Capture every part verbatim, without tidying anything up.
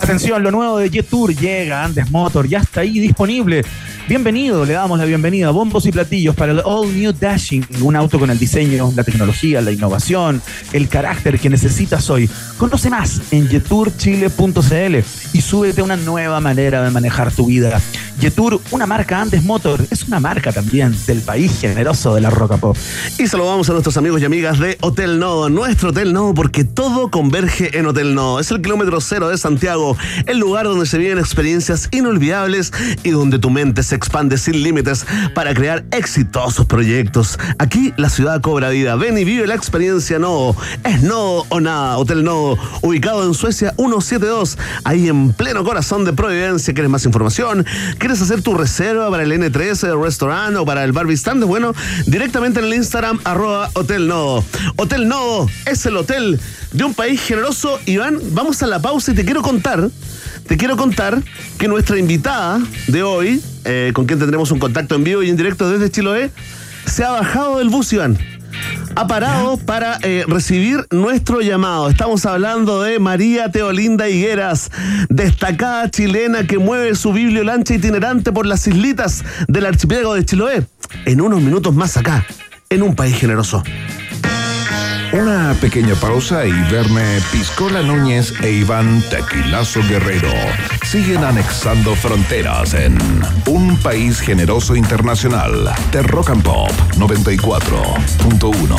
Atención, lo nuevo de Jetour llega, Andes Motor, ya está ahí disponible. Bienvenido, le damos la bienvenida, bombos y platillos para el All New Dashing, un auto con el diseño, la tecnología, la innovación, el carácter que necesitas hoy. Conoce más en jetour chile punto c l y súbete a una nueva manera de manejar tu vida. Jetour, una marca Andes Motor, es una marca también del país generoso de la Rock and Pop. Y saludamos a nuestros amigos y amigas de Hotel Nodo, nuestro Hotel Nodo, porque todo converge en Hotel Nodo. Es el kilómetro cero de Santiago, el lugar donde se viven experiencias inolvidables y donde tu mente se expande sin límites para crear exitosos proyectos. Aquí la ciudad cobra vida. Ven y vive la experiencia Nodo. Es Nodo o nada. Hotel Nodo, ubicado en Suecia ciento setenta y dos, ahí en pleno corazón de Providencia. ¿Quieres más información? ¿Quieres hacer tu reserva para el ene trece, el restaurante o para el Barbie Stand? Bueno, directamente en el Instagram, arroba Hotel Nodo. Hotel Nodo es el hotel de un país generoso. Iván, vamos a la pausa y te quiero contar, te quiero contar que nuestra invitada de hoy, eh, con quien tendremos un contacto en vivo y en directo desde Chiloé, se ha bajado del bus, Iván. Ha parado para eh, recibir nuestro llamado. Estamos hablando de María Teolinda Higueras, destacada chilena que mueve su bibliolancha itinerante por las islitas del archipiélago de Chiloé. En unos minutos más acá, en Un País Generoso. Una pequeña pausa y Verne Piscola Núñez e Iván Tequilazo Guerrero siguen anexando fronteras en Un País Generoso Internacional de Rock and Pop noventa y cuatro punto uno.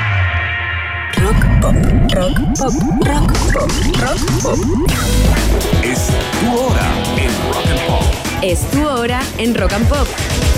Rock Pop, Rock Pop, Rock Pop, Rock Pop. Es tu hora en Rock and Pop. Es tu hora en Rock and Pop.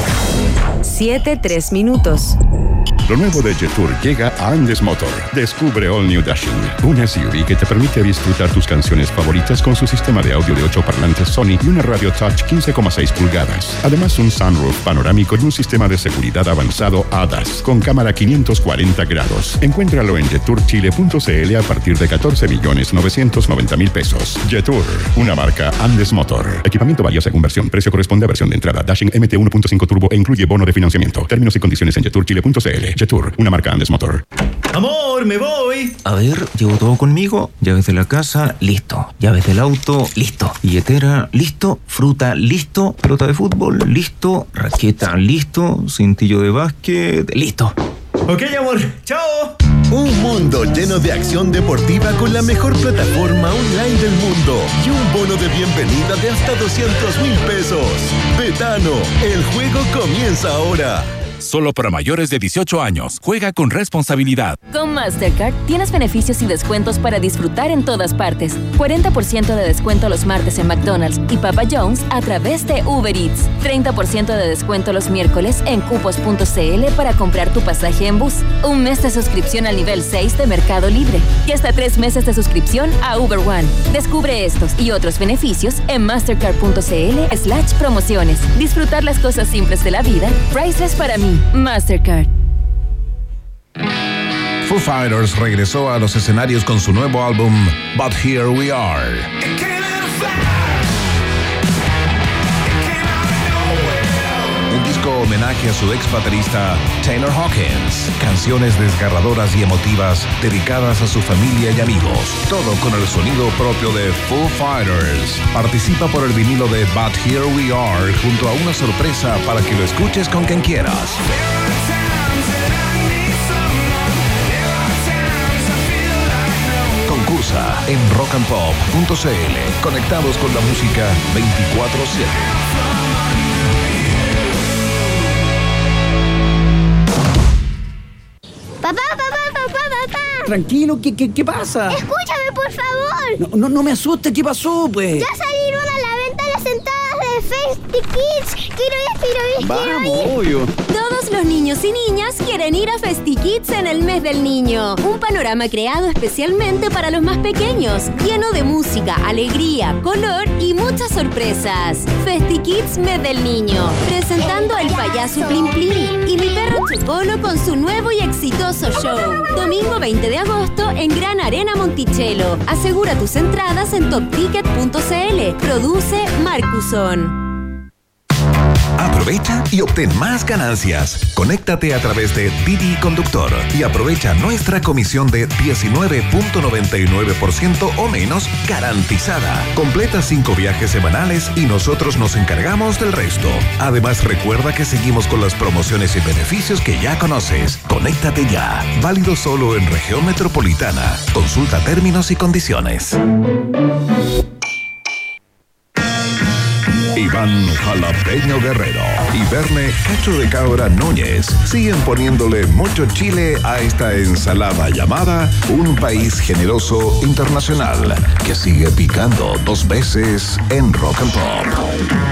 Siete, tres minutos. Lo nuevo de Jetour llega a Andes Motor. Descubre All New Dashing, un S U V que te permite disfrutar tus canciones favoritas con su sistema de audio de ocho parlantes Sony y una radio touch quince coma seis pulgadas. Además, un sunroof panorámico y un sistema de seguridad avanzado A D A S con cámara quinientos cuarenta grados. Encuéntralo en jetour chile punto c l a partir de catorce millones novecientos noventa mil pesos. Jetour, una marca Andes Motor. Equipamiento varía según versión. Precio corresponde a versión de entrada Dashing M T uno punto cinco Turbo e incluye bono de financiamiento. Términos y condiciones en jetour chile punto c l. Jetour, una marca Andes Motor. Amor, me voy. A ver, llevo todo conmigo. Llaves de la casa, listo. Llaves del auto, listo. Billetera, listo. Fruta, listo. Pelota de fútbol, listo. Raqueta, listo. Cintillo de básquet, listo. Ok, amor. Chao. Un mundo lleno de acción deportiva con la mejor plataforma online del mundo y un bono de bienvenida de hasta doscientos mil pesos. Betano, el juego comienza ahora. Solo para mayores de dieciocho años. Juega con responsabilidad. Con Mastercard tienes beneficios y descuentos para disfrutar en todas partes. cuarenta por ciento de descuento los martes en McDonald's y Papa John's a través de Uber Eats. treinta por ciento de descuento los miércoles en cupos punto c l para comprar tu pasaje en bus. Un mes de suscripción al nivel seis de Mercado Libre. Y hasta tres meses de suscripción a Uber One. Descubre estos y otros beneficios en mastercard punto c l slash promociones. Disfrutar las cosas simples de la vida. Priceless para mí. Mastercard. Foo Fighters regresó a los escenarios con su nuevo álbum But Here We Are. Un disco homenaje a su ex baterista Taylor Hawkins. Canciones desgarradoras y emotivas dedicadas a su familia y amigos. Todo con el sonido propio de Foo Fighters. Participa por el vinilo de But Here We Are junto a una sorpresa para que lo escuches con quien quieras. Concursa en rock and pop punto c l. Conectados con la música veinticuatro siete. Papá, papá, papá, papá. Tranquilo, ¿qué, qué, qué pasa? Escúchame, por favor. No, no, no me asustes, ¿qué pasó, pues? Ya salieron a la venta las entradas de FestiKids. Quiero ir, quiero ir, Vamos, quiero ir. obvio. Todos los niños y niñas quieren ir a FestiKids en el mes del niño. Un panorama creado especialmente para los más pequeños, lleno de música, alegría, color y muchas sorpresas. FestiKids mes del niño, presentando al payaso Plim Plim y mi perro Chocolo con su nuevo y exitoso show. Domingo veinte de agosto en Gran Arena Monticello. Asegura tus entradas en top ticket punto c l. Produce Marcuson. Aprovecha y obtén más ganancias. Conéctate a través de Didi Conductor y aprovecha nuestra comisión de diecinueve punto noventa y nueve por ciento o menos garantizada. Completa cinco viajes semanales y nosotros nos encargamos del resto. Además, recuerda que seguimos con las promociones y beneficios que ya conoces. Conéctate ya. Válido solo en región metropolitana. Consulta términos y condiciones. Iván Jalapeño Guerrero y Verne Cacho de Cabra Núñez siguen poniéndole mucho chile a esta ensalada llamada Un País Generoso Internacional, que sigue picando dos veces en Rock and Pop.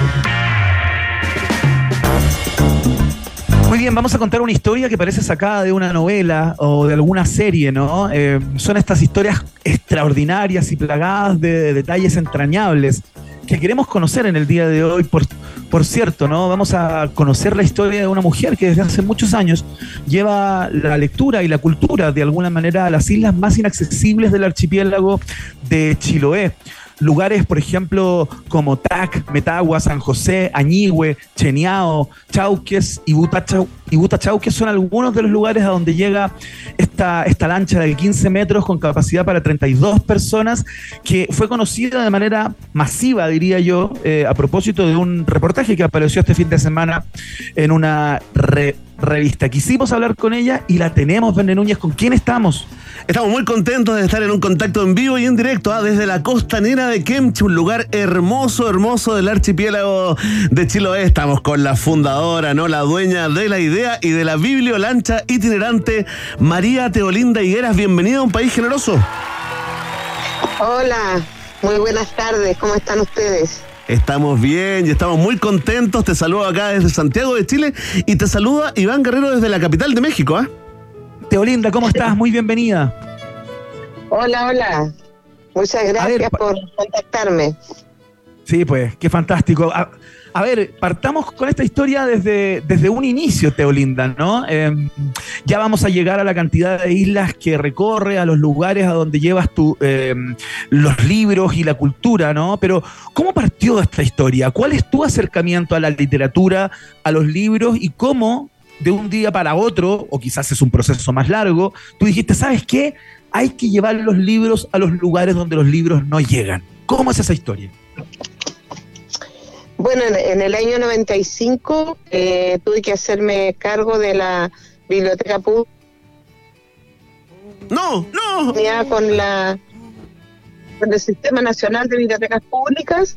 Muy bien, vamos a contar una historia que parece sacada de una novela o de alguna serie, ¿no? Eh, son estas historias extraordinarias y plagadas de, de detalles entrañables que queremos conocer en el día de hoy. Por, por cierto, ¿no? Vamos a conocer la historia de una mujer que desde hace muchos años lleva la lectura y la cultura de alguna manera a las islas más inaccesibles del archipiélago de Chiloé. Lugares, por ejemplo, como Tac, Metagua, San José, Añihue, Cheniao, Chauques y Butachau, y Butachauques son algunos de los lugares a donde llega esta, esta lancha de quince metros con capacidad para treinta y dos personas, que fue conocida de manera masiva, diría yo, eh, a propósito de un reportaje que apareció este fin de semana en una re, revista. Quisimos hablar con ella y la tenemos, Verne Núñez. ¿Con quién estamos? Estamos muy contentos de estar en un contacto en vivo y en directo ¿ah? desde la costanera de Kemchi, un lugar hermoso, hermoso del archipiélago de Chiloé. Estamos con la fundadora, ¿no? La dueña de la idea y de la bibliolancha itinerante, María Teolinda Higueras. Bienvenida a Un País Generoso. Hola, muy buenas tardes, ¿cómo están ustedes? Estamos bien y estamos muy contentos. Te saludo acá desde Santiago de Chile y te saluda Iván Guerrero desde la capital de México, ¿ah? ¿eh? Teolinda, ¿cómo estás? Muy bienvenida. Hola, hola. Muchas gracias ver, por contactarme. Sí, pues, qué fantástico. A, a ver, partamos con esta historia desde, desde un inicio, Teolinda, ¿no? Eh, ya vamos a llegar a la cantidad de islas que recorre, a los lugares a donde llevas tu, eh, los libros y la cultura, ¿no? Pero, ¿cómo partió esta historia? ¿Cuál es tu acercamiento a la literatura, a los libros y cómo, de un día para otro, o quizás es un proceso más largo, tú dijiste, ¿sabes qué? Hay que llevar los libros a los lugares donde los libros no llegan. ¿Cómo es esa historia? Bueno, en, en el año noventa y cinco eh, tuve que hacerme cargo de la biblioteca pública. ¡No, no! Con, la, con el Sistema Nacional de Bibliotecas Públicas.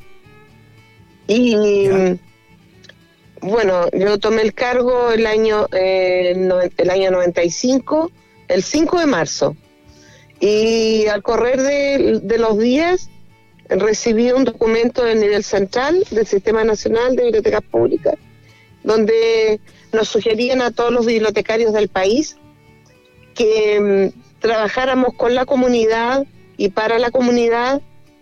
Y... Ya. Bueno, yo tomé el cargo el año eh, no, el año noventa y cinco, el cinco de marzo, y al correr de, de los días recibí un documento del nivel central del Sistema Nacional de Bibliotecas Públicas, donde nos sugerían a todos los bibliotecarios del país que um, trabajáramos con la comunidad y para la comunidad,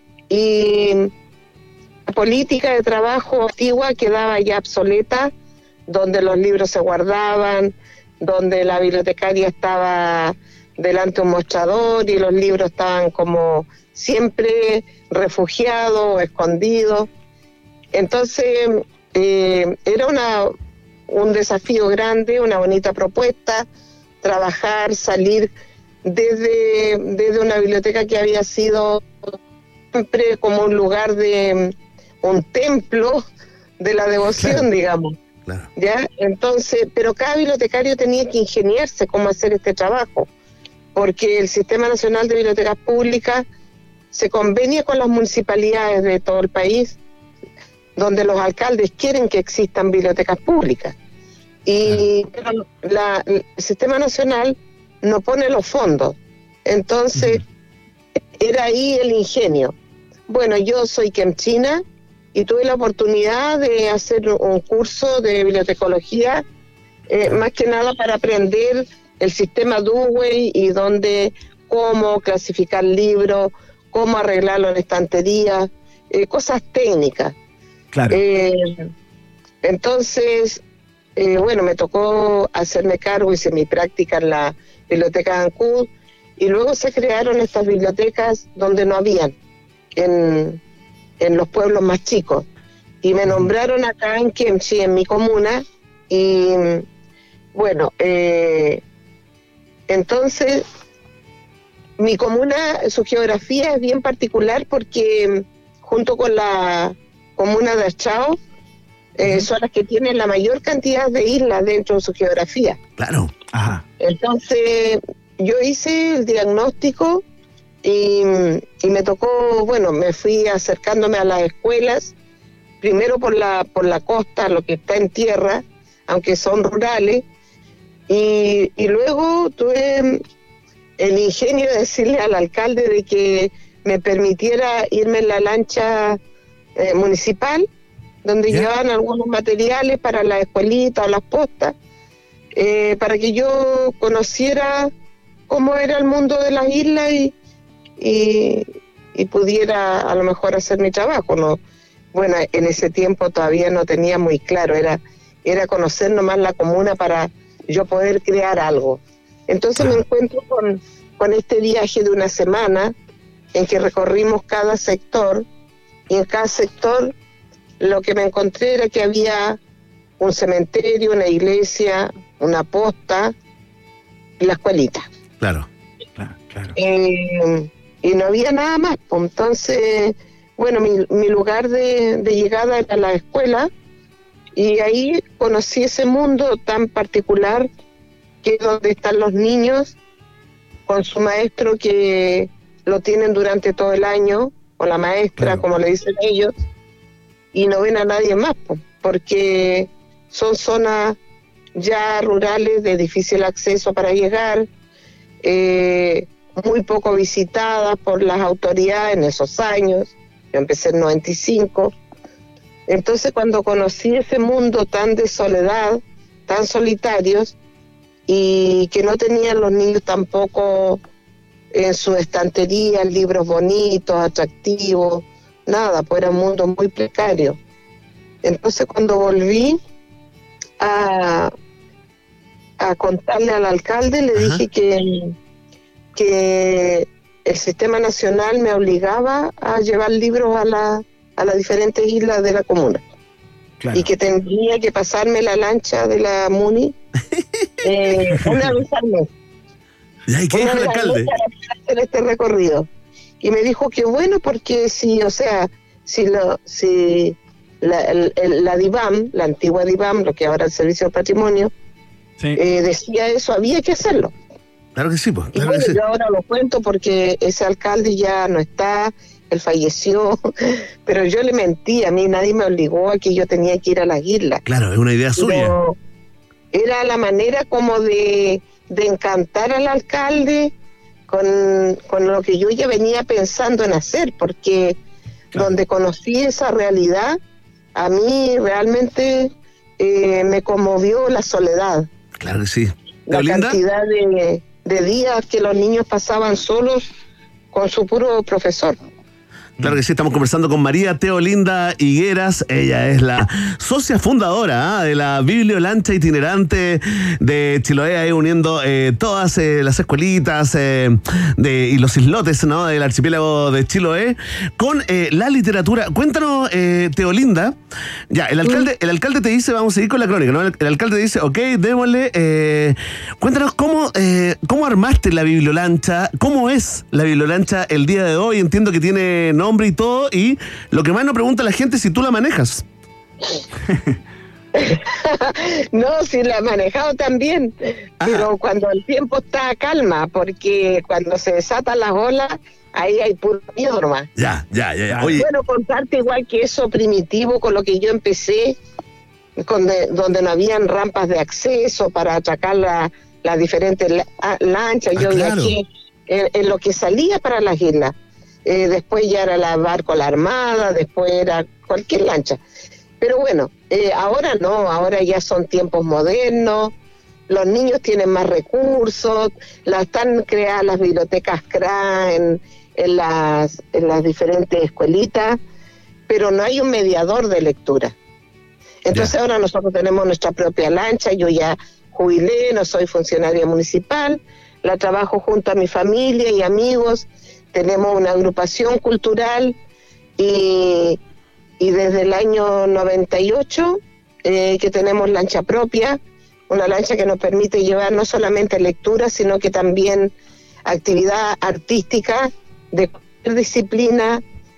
y la política de trabajo antigua quedaba ya obsoleta, donde los libros se guardaban, donde la bibliotecaria estaba delante de un mostrador y los libros estaban como siempre refugiados o escondidos. Entonces eh, era una, un desafío grande, una bonita propuesta, trabajar, salir desde, desde una biblioteca que había sido siempre como un lugar de... un templo de la devoción, claro, digamos. Claro. ¿Ya? Entonces, pero cada bibliotecario tenía que ingeniarse cómo hacer este trabajo, porque el Sistema Nacional de Bibliotecas Públicas se convenia con las municipalidades de todo el país, donde los alcaldes quieren que existan bibliotecas públicas. Y claro, pero la, el Sistema Nacional no pone los fondos. Entonces, uh-huh. era ahí el ingenio. Bueno, yo soy kemchina, y tuve la oportunidad de hacer un curso de bibliotecología, eh, más que nada para aprender el sistema Dewey y dónde, cómo clasificar libros, cómo arreglarlo en estantería, eh, cosas técnicas. Claro. Eh, entonces, eh, bueno, me tocó hacerme cargo, hice mi práctica en la biblioteca de Ancud, y luego se crearon estas bibliotecas donde no habían, en... en los pueblos más chicos, y me nombraron acá en Kemchi, en mi comuna, y bueno, eh, entonces mi comuna, su geografía es bien particular porque junto con la comuna de Achao, eh, uh-huh. son las que tienen la mayor cantidad de islas dentro de su geografía. Claro. Ajá. Entonces yo hice el diagnóstico y, y me tocó, bueno, me fui acercándome a las escuelas, primero por la por la costa, lo que está en tierra, aunque son rurales, y, y luego tuve el ingenio de decirle al alcalde de que me permitiera irme en la lancha eh, municipal, donde ¿Ya? llevaban algunos materiales para la escuelita o las postas, eh, para que yo conociera cómo era el mundo de las islas y, y, y pudiera a lo mejor hacer mi trabajo, ¿no? Bueno, en ese tiempo todavía no tenía muy claro, era, era conocer nomás la comuna para yo poder crear algo. Entonces me encuentro con, con este viaje de una semana en que recorrimos cada sector, y en cada sector lo que me encontré era que había un cementerio, una iglesia, una posta y la escuelita. Claro, claro, claro. Eh, y no había nada más, pues entonces... Bueno, mi, mi lugar de, de llegada era la escuela, y ahí conocí ese mundo tan particular que es donde están los niños con su maestro, que lo tienen durante todo el año, o la maestra, claro. como le dicen ellos, y no ven a nadie más, porque son zonas ya rurales de difícil acceso para llegar, eh, muy poco visitadas por las autoridades en esos años. Yo empecé en noventa y cinco, entonces cuando conocí ese mundo tan de soledad, tan solitarios, y que no tenían los niños tampoco en su estantería libros bonitos, atractivos, nada, pues era un mundo muy precario. Entonces cuando volví a, a contarle al alcalde, le Ajá. dije que, que el sistema nacional me obligaba a llevar libros a, la, a las diferentes islas de la comuna. Claro. Y que tendría que pasarme la lancha de la Muni eh, una vez al mes. ¿Y qué dijo el alcalde? Para hacer este recorrido. Y me dijo que bueno, porque si, o sea, si lo, si la, el, el, la DIVAM, la antigua DIVAM, lo que ahora es el Servicio del Patrimonio, sí. eh, decía eso, había que hacerlo. Claro que sí, pues. Claro y bueno, que sí. Yo ahora lo cuento porque ese alcalde ya no está, él falleció, pero yo le mentí, a mí nadie me obligó a que yo tenía que ir a las islas. Claro, es una idea pero suya. Era la manera como de, de encantar al alcalde con, con lo que yo ya venía pensando en hacer, porque claro. donde conocí esa realidad, a mí realmente eh, me conmovió la soledad. Claro que sí. La ¿Linda? cantidad de... de días que los niños pasaban solos con su puro profesor. Claro que sí, estamos conversando con María Teolinda Higueras. Ella es la socia fundadora ¿eh? de la Bibliolancha itinerante de Chiloé, ahí uniendo eh, todas eh, las escuelitas eh, de, y los islotes ¿no? del archipiélago de Chiloé con eh, la literatura. Cuéntanos, eh, Teolinda. Ya, el alcalde, el alcalde te dice, vamos a seguir con la crónica, ¿no? El, el alcalde dice, ok, démosle. Eh, cuéntanos cómo, eh, cómo armaste la Bibliolancha, cómo es la Bibliolancha el día de hoy. Entiendo que tiene nombre y todo, y lo que más nos pregunta la gente es si tú la manejas. No, sí la he manejado también, Ajá. pero cuando el tiempo está calma, porque cuando se desatan las olas, ahí hay puro miedo nomás. Ya, ya, ya, ya. Oye. Bueno, contarte igual que eso primitivo con lo que yo empecé, con de, donde no habían rampas de acceso para atracar las la diferentes la, lanchas, ah, yo claro. viajé en, en lo que salía para las islas. Eh, después ya era la barco la armada, después era cualquier lancha. Pero bueno, eh, ahora no, ahora ya son tiempos modernos, los niños tienen más recursos, la, están creadas las bibliotecas C R A en, en, las, en las diferentes escuelitas, pero no hay un mediador de lectura. Entonces yeah. ahora nosotros tenemos nuestra propia lancha, yo ya jubilé, no soy funcionaria municipal, la trabajo junto a mi familia y amigos. Tenemos una agrupación cultural y, y desde el año noventa y ocho eh, que tenemos lancha propia, una lancha que nos permite llevar no solamente lectura, sino que también actividad artística de cualquier disciplina,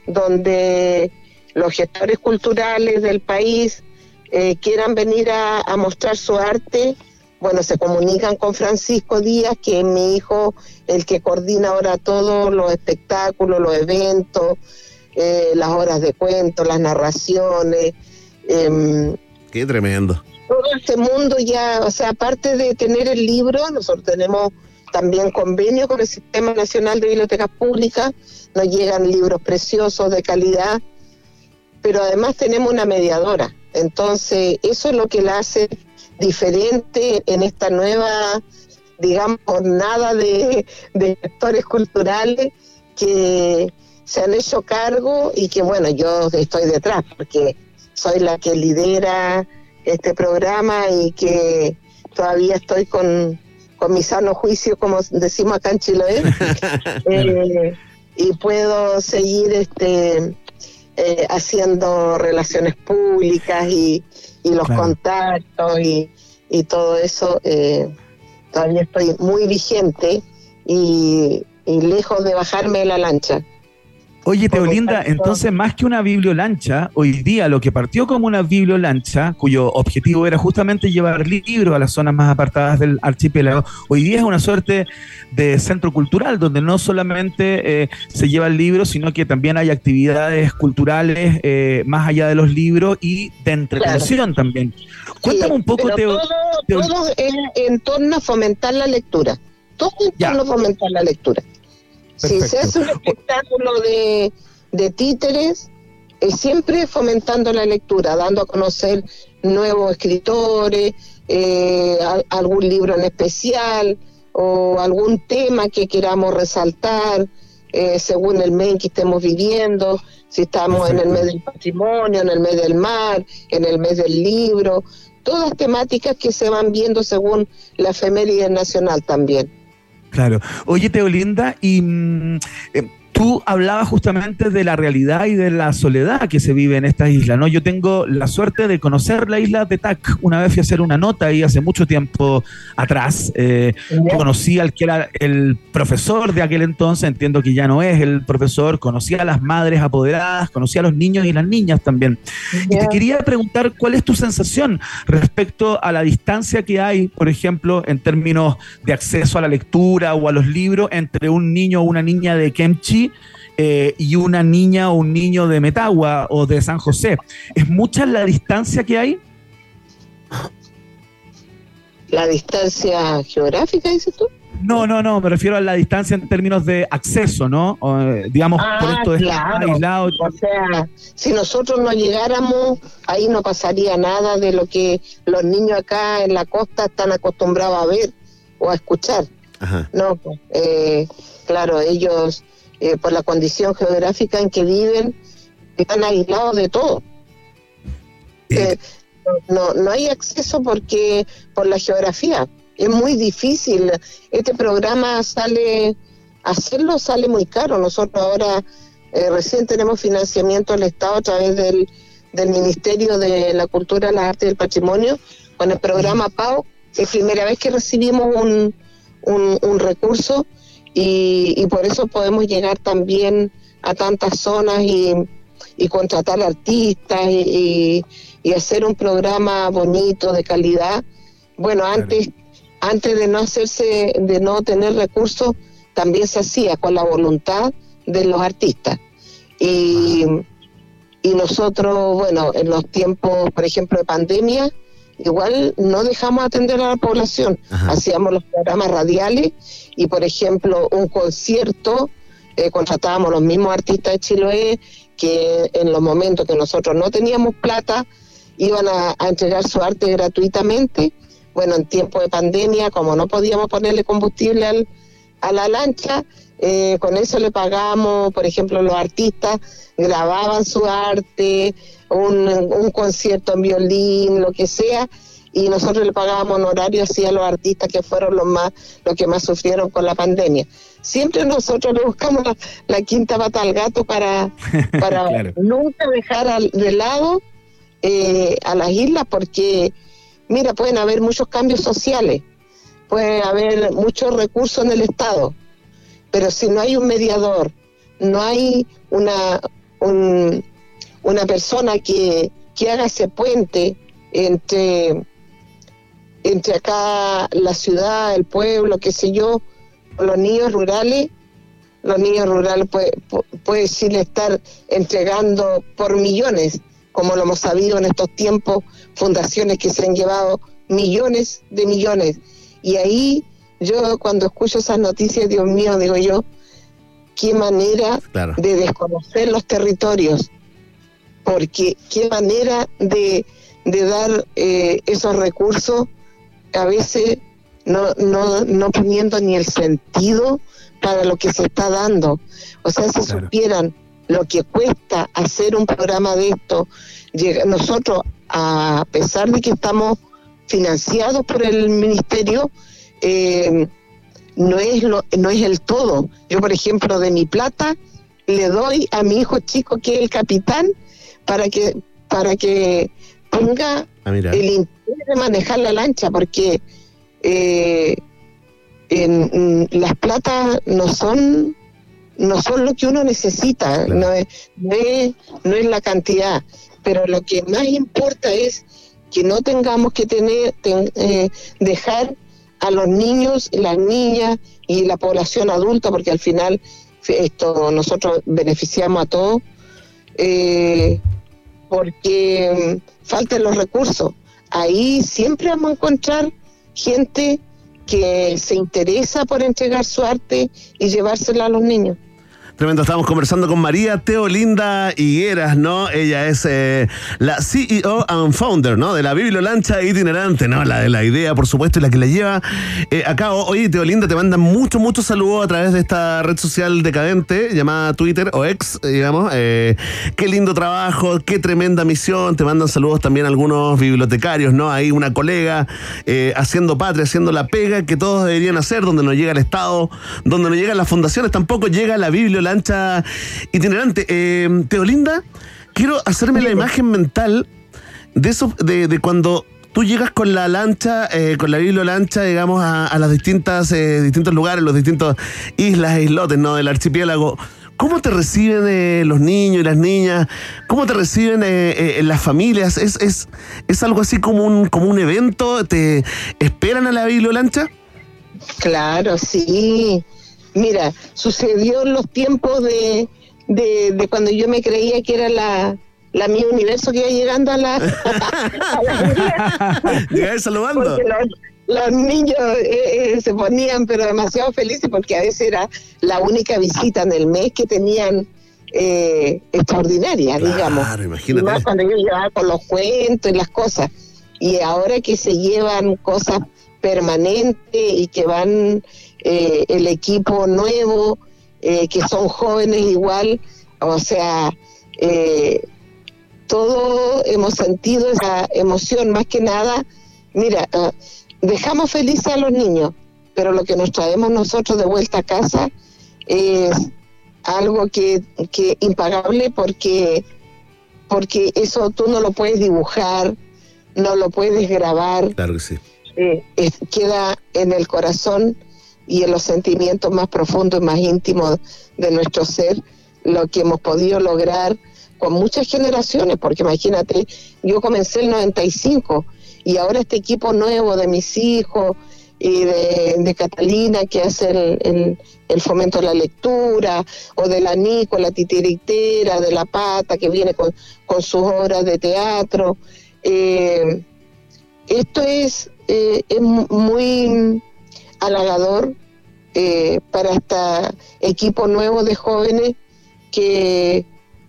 donde los gestores culturales del país eh, quieran venir a, a mostrar su arte. Bueno, se comunican con Francisco Díaz, que es mi hijo, el que coordina ahora todos los espectáculos, los eventos, eh, las horas de cuento, las narraciones. Eh, Qué tremendo. Todo este mundo ya, o sea, aparte de tener el libro, nosotros tenemos también convenio con el Sistema Nacional de Bibliotecas Públicas, nos llegan libros preciosos de calidad, pero además tenemos una mediadora. Entonces, eso es lo que la hace diferente en esta nueva, digamos, jornada de, de gestores culturales que se han hecho cargo y que, bueno, yo estoy detrás porque soy la que lidera este programa y que todavía estoy con, con mi sano juicio, como decimos acá en Chiloé, eh, y puedo seguir este eh, haciendo relaciones públicas y, y los claro. contactos y, y todo eso. Eh, todavía estoy muy vigente y, y lejos de bajarme de la lancha. Oye, Teolinda, entonces más que una bibliolancha, hoy día lo que partió como una bibliolancha, cuyo objetivo era justamente llevar libros a las zonas más apartadas del archipiélago, hoy día es una suerte de centro cultural, donde no solamente eh, se lleva el libro, sino que también hay actividades culturales eh, más allá de los libros y de entretención claro. también. Cuéntame sí, un poco, Teo. Todo, Teo... todo en, en torno a fomentar la lectura. Todo en ya. torno a fomentar la lectura. Perfecto. Si se hace un espectáculo de, de títeres, eh, siempre fomentando la lectura, dando a conocer nuevos escritores, eh, a, algún libro en especial o algún tema que queramos resaltar, eh, según el mes que estemos viviendo, si estamos Perfecto. en el mes del patrimonio, en el mes del mar, en el mes del libro, todas temáticas que se van viendo según la efeméride nacional también. Claro. Oye, Teolinda, y eh, tú hablabas justamente de la realidad y de la soledad que se vive en esta isla, ¿no? Yo tengo la suerte de conocer la isla de Tac. Una vez fui a hacer una nota ahí hace mucho tiempo atrás. Eh, conocí al que era el profesor de aquel entonces, entiendo que ya no es el profesor, conocí a las madres apoderadas, conocí a los niños y las niñas también. Yeah. Y te quería preguntar, ¿cuál es tu sensación respecto a la distancia que hay, por ejemplo, en términos de acceso a la lectura o a los libros entre un niño o una niña de Kemchi Eh, y una niña o un niño de Metagua o de San José? ¿Es mucha la distancia que hay? ¿La distancia geográfica, dices tú? No, no, no, me refiero a la distancia en términos de acceso, ¿no? O, digamos, ah, por esto de claro. estar aislado. O sea, si nosotros no llegáramos, ahí no pasaría nada de lo que los niños acá en la costa están acostumbrados a ver o a escuchar. Ajá. No, eh, claro, ellos... Eh, por la condición geográfica en que viven, están aislados de todo. Eh, no, no hay acceso porque por la geografía es muy difícil. Este programa sale, hacerlo sale muy caro. Nosotros ahora eh, recién tenemos financiamiento del Estado a través del, del Ministerio de la Cultura, las Artes y el Patrimonio, con el programa P A U. Es primera vez que recibimos un, un, un recurso. Y, y por eso podemos llegar también a tantas zonas y, y contratar artistas y, y, y hacer un programa bonito, de calidad. Bueno, antes claro. antes de no hacerse, de no tener recursos, también se hacía con la voluntad de los artistas. Y, y nosotros, bueno, en los tiempos, por ejemplo, de pandemia, igual no dejamos atender a la población. Ajá. Hacíamos los programas radiales y, por ejemplo, un concierto, eh, contratábamos los mismos artistas de Chiloé que en los momentos que nosotros no teníamos plata iban a, a entregar su arte gratuitamente. Bueno, en tiempo de pandemia, como no podíamos ponerle combustible al, a la lancha, eh, con eso le pagamos, por ejemplo, los artistas grababan su arte, un, un concierto en violín, lo que sea, y nosotros le pagábamos honorario así a los artistas que fueron los más los que más sufrieron con la pandemia. siempre nosotros le buscamos la, la quinta pata al gato para, para claro. nunca dejar al, de lado eh, a las islas, porque, mira, pueden haber muchos cambios sociales, puede haber muchos recursos en el Estado, pero si no hay un mediador, no hay una, un, una persona que, que haga ese puente entre, entre acá la ciudad, el pueblo, qué sé yo, los niños rurales, los niños rurales puede, puede decirle estar entregando por millones, como lo hemos sabido en estos tiempos, fundaciones que se han llevado millones de millones. Y ahí yo cuando escucho esas noticias, Dios mío, digo yo, qué manera claro. de desconocer los territorios, porque qué manera de, de dar eh, esos recursos, a veces no, no, no poniendo ni el sentido para lo que se está dando. O sea, si claro. supieran lo que cuesta hacer un programa de esto, llega, nosotros, a pesar de que estamos financiados por el ministerio, eh, no es lo, no es el todo. Yo, por ejemplo, de mi plata le doy a mi hijo chico, que es el capitán, para que para que tenga ah, el interés de manejar la lancha, porque eh, en, en, las platas no son no son lo que uno necesita, claro. no, es, no, es, no es la cantidad, pero lo que más importa es que no tengamos que tener ten, eh, dejar a los niños, las niñas y la población adulta, porque al final esto nosotros beneficiamos a todos, eh, porque faltan los recursos. Ahí siempre vamos a encontrar gente que se interesa por entregar su arte y llevársela a los niños. Tremendo, estamos conversando con María Teolinda Higueras, ¿no? Ella es eh, la C E O and founder, ¿no? De la Bibliolancha itinerante, ¿no? La de la idea, por supuesto, y la que la lleva eh, a cabo. Oye, Teolinda, te mandan muchos, muchos saludos a través de esta red social decadente llamada Twitter o X, digamos. Eh, qué lindo trabajo, qué tremenda misión. Te mandan saludos también algunos bibliotecarios, ¿no? Ahí una colega eh, haciendo patria, haciendo la pega que todos deberían hacer, donde no llega el Estado, donde no llegan las fundaciones, tampoco llega la Bibliolancha lancha itinerante. Eh, Teolinda, quiero hacerme la imagen mental de eso, de, de cuando tú llegas con la lancha, eh, con la bibliolancha, digamos, a, a las distintas, eh, distintos lugares, los distintos islas e islotes, ¿no? Del archipiélago. ¿Cómo te reciben eh, los niños y las niñas? ¿Cómo te reciben eh, eh, las familias? ¿Es, es, es algo así como un, como un evento? ¿Te esperan a la bibliolancha? Claro, sí. Mira, sucedió en los tiempos de, de, de cuando yo me creía que era la, la mi universo que iba llegando a la... a la Llegué saludando. Porque los, los niños eh, eh, se ponían pero demasiado felices, porque a veces era la única visita en el mes que tenían eh, extraordinaria, claro, digamos. Claro, imagínate. Y más cuando yo llevaba con los cuentos y las cosas. Y ahora que se llevan cosas permanentes y que van... Eh, el equipo nuevo, eh, que son jóvenes igual, o sea, eh, todos hemos sentido esa emoción, más que nada, mira, uh, dejamos felices a los niños, pero lo que nos traemos nosotros de vuelta a casa es algo que, que impagable, porque, porque eso tú no lo puedes dibujar, no lo puedes grabar. Claro que sí. Eh, es, queda en el corazón y en los sentimientos más profundos y más íntimos de nuestro ser, lo que hemos podido lograr con muchas generaciones, porque imagínate, yo comencé en el noventa y cinco y ahora este equipo nuevo de mis hijos y de, de Catalina, que hace el, el, el fomento de la lectura, o de la Nico, la titiritera, de la Pata, que viene con, con sus obras de teatro. Eh, esto es, eh, es muy... halagador eh, para este equipo nuevo de jóvenes que,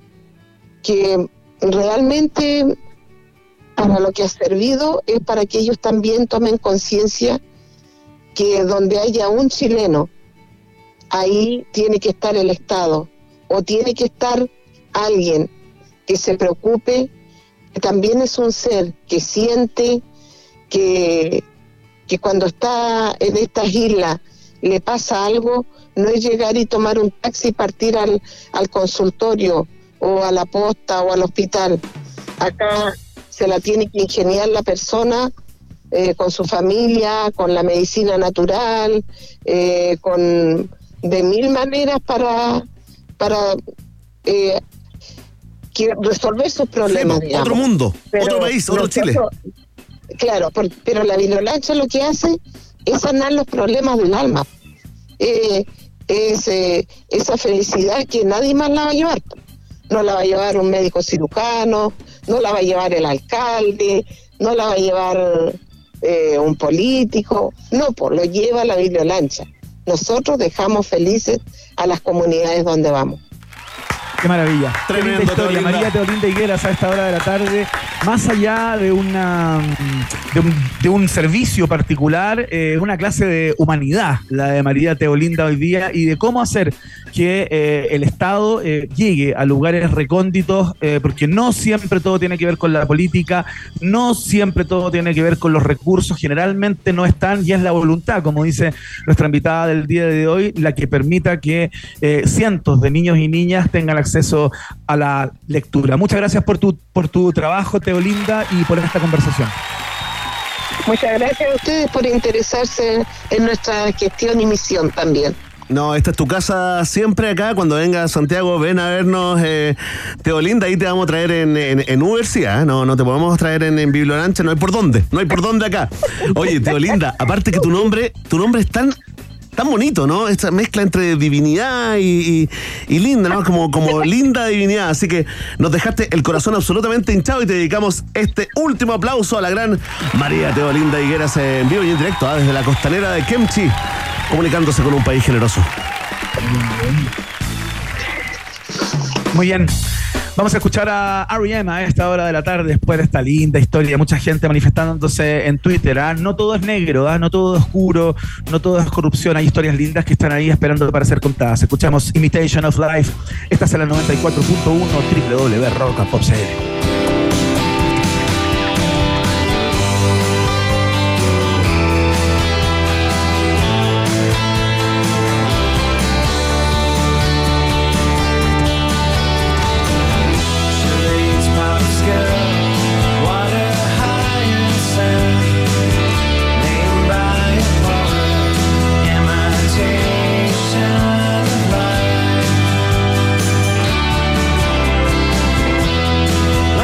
que realmente para lo que ha servido es para que ellos también tomen conciencia que donde haya un chileno, ahí tiene que estar el Estado, o tiene que estar alguien que se preocupe, que también es un ser que siente, que que cuando está en estas islas le pasa algo, no es llegar y tomar un taxi y partir al, al consultorio o a la posta o al hospital. Acá se la tiene que ingeniar la persona eh, con su familia, con la medicina natural, eh, con de mil maneras para, para eh, que resolver sus problemas. Sí, otro mundo, pero otro país, otro nosotros, Chile. Claro, por, pero la videolancha lo que hace es sanar los problemas del alma. Eh, es eh, esa felicidad que nadie más la va a llevar. No la va a llevar un médico cirujano, no la va a llevar el alcalde, no la va a llevar eh, un político, no, pues lo lleva la videolancha. Nosotros dejamos felices a las comunidades donde vamos. Qué maravilla. Tremendo, Qué linda historia. Teolinda. María Teolinda Higueras a esta hora de la tarde. Más allá de una de un, de un servicio particular, eh, una clase de humanidad, la de María Teolinda hoy día, y de cómo hacer que eh, el Estado eh, llegue a lugares recónditos, eh, porque no siempre todo tiene que ver con la política, no siempre todo tiene que ver con los recursos, generalmente no están, y es la voluntad, como dice nuestra invitada del día de hoy, la que permita que eh, cientos de niños y niñas tengan acceso a la lectura. Muchas gracias por tu, por tu trabajo, Teolinda, y por esta conversación. Muchas gracias a ustedes por interesarse en nuestra gestión y misión también. No, esta es tu casa siempre acá. Cuando venga a Santiago, ven a vernos, eh, Teolinda. Ahí te vamos a traer en, en, en Uber, sí, ¿eh? No, no te podemos traer en, en Bibliolancha. No hay por dónde, no hay por dónde acá. Oye, Teolinda, aparte que tu nombre, tu nombre es tan, tan bonito, ¿no? Esta mezcla entre divinidad y, y, y linda, ¿no? Como, como linda divinidad. Así que nos dejaste el corazón absolutamente hinchado y te dedicamos este último aplauso a la gran María Teolinda Higueras en vivo y en directo, ¿eh? Desde la costanera de Kemchi, comunicándose con un país generoso. Muy bien. Vamos a escuchar a R E M a esta hora de la tarde, después de esta linda historia. Mucha gente manifestándose en Twitter. ¿eh? No todo es negro, ¿eh? No todo es oscuro, no todo es corrupción. Hay historias lindas que están ahí esperando para ser contadas. Escuchamos Imitation of Life. Esta es la noventa y cuatro punto uno, doble u doble u doble u punto rock and pop punto c l. Imitation of life.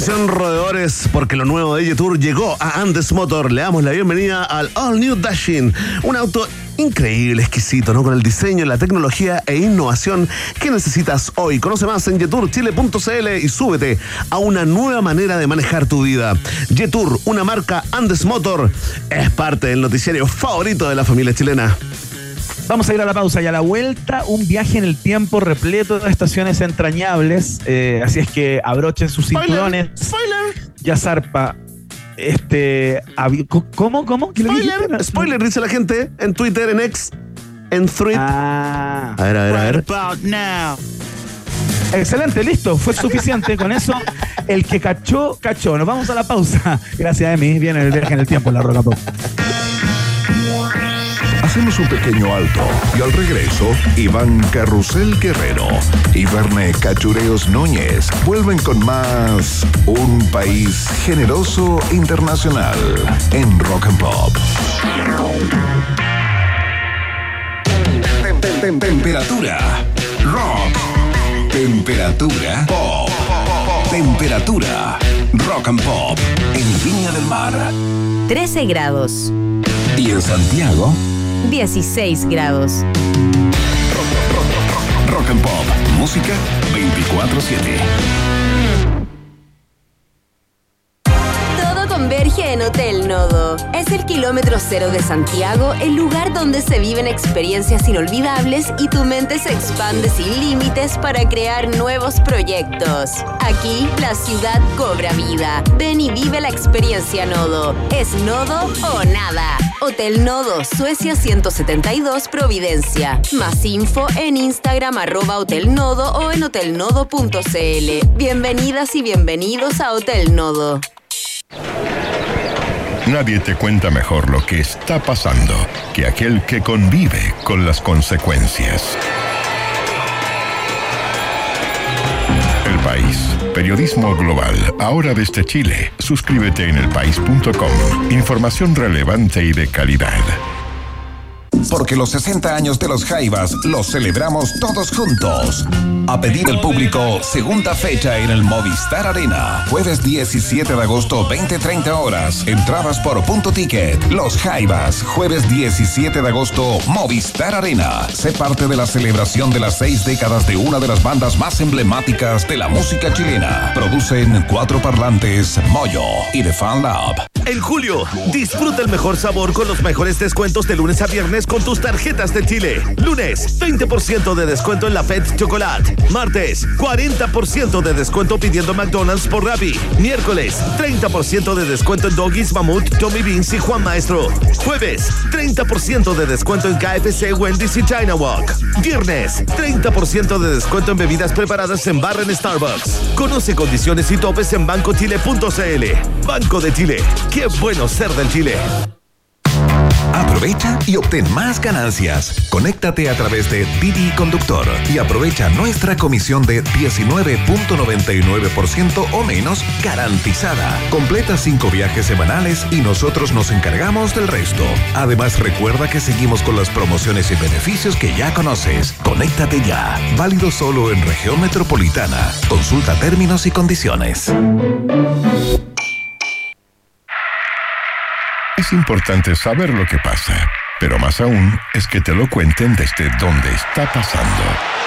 Atención roedores, porque lo nuevo de Jetour llegó a Andes Motor. Le damos la bienvenida al All New Dashing, un auto increíble, exquisito, ¿no? Con el diseño, la tecnología e innovación que necesitas hoy. Conoce más en jetour chile punto c l y súbete a una nueva manera de manejar tu vida. Jetour, una marca Andes Motor, es parte del noticiario favorito de la familia chilena. Vamos a ir a la pausa y a la vuelta un viaje en el tiempo repleto de estaciones entrañables. Eh, así es que abrochen sus cinturones. Spoiler. Ya zarpa. Este. ¿Cómo? ¿Cómo? ¿Qué Spoiler. Le Spoiler, dice la gente en Twitter, en X, en Thread. Ah. A ver, a ver, a ver. Right about now. Excelente, listo. Fue suficiente. Con eso, el que cachó, cachó. Nos vamos a la pausa. Gracias, Emi. Viene el viaje en el tiempo en la Roca Pop. Hacemos un pequeño alto y al regreso, Iván Carrusel Guerrero y Verne Cachureos Núñez vuelven con más Un País Generoso Internacional en Rock and Pop. Temperatura rock. Temperatura pop. Temperatura rock and pop en Viña del Mar. trece grados. Y en Santiago, dieciséis grados. Rock, rock, rock, rock and Pop, música veinticuatro siete. Todo converge en Hotel Nodo. Es el kilómetro cero de Santiago, el lugar donde se viven experiencias inolvidables y tu mente se expande sin límites para crear nuevos proyectos. Aquí, la ciudad cobra vida. Ven y vive la experiencia Nodo. ¿Es Nodo o nada? Hotel Nodo, Suecia ciento setenta y dos, Providencia. Más info en Instagram, arroba Hotel Nodo o en hotel nodo punto c l. Bienvenidas y bienvenidos a Hotel Nodo. Nadie te cuenta mejor lo que está pasando que aquel que convive con las consecuencias. El País. Periodismo global. Ahora desde Chile. Suscríbete en el país punto com. Información relevante y de calidad. Porque los sesenta años de los Jaivas los celebramos todos juntos. A pedir del público, segunda fecha en el Movistar Arena. Jueves diecisiete de agosto, veinte treinta horas. Entradas por punto ticket. Los Jaivas, jueves diecisiete de agosto, Movistar Arena. Sé parte de la celebración de las seis décadas de una de las bandas más emblemáticas de la música chilena. Producen Cuatro Parlantes, Moyo y The Fan Lab. En julio, disfruta el mejor sabor con los mejores descuentos de lunes a viernes con tus tarjetas de Chile. Lunes, veinte por ciento de descuento en la Fed Chocolate. Martes, cuarenta por ciento de descuento pidiendo McDonald's por Rappi. Miércoles, treinta por ciento de descuento en Doggies, Mamut, Tommy Beans y Juan Maestro. Jueves, treinta por ciento de descuento en K F C, Wendy's y China Walk. Viernes, treinta por ciento de descuento en bebidas preparadas en barra en Starbucks. Conoce condiciones y topes en banco chile punto c l. Banco de Chile. ¡Qué bueno ser del Chile! Aprovecha y obtén más ganancias. Conéctate a través de Didi Conductor y aprovecha nuestra comisión de diecinueve punto noventa y nueve por ciento o menos garantizada. Completa cinco viajes semanales y nosotros nos encargamos del resto. Además, recuerda que seguimos con las promociones y beneficios que ya conoces. Conéctate ya. Válido solo en región metropolitana. Consulta términos y condiciones. Es importante saber lo que pasa, pero más aún es que te lo cuenten desde donde está pasando.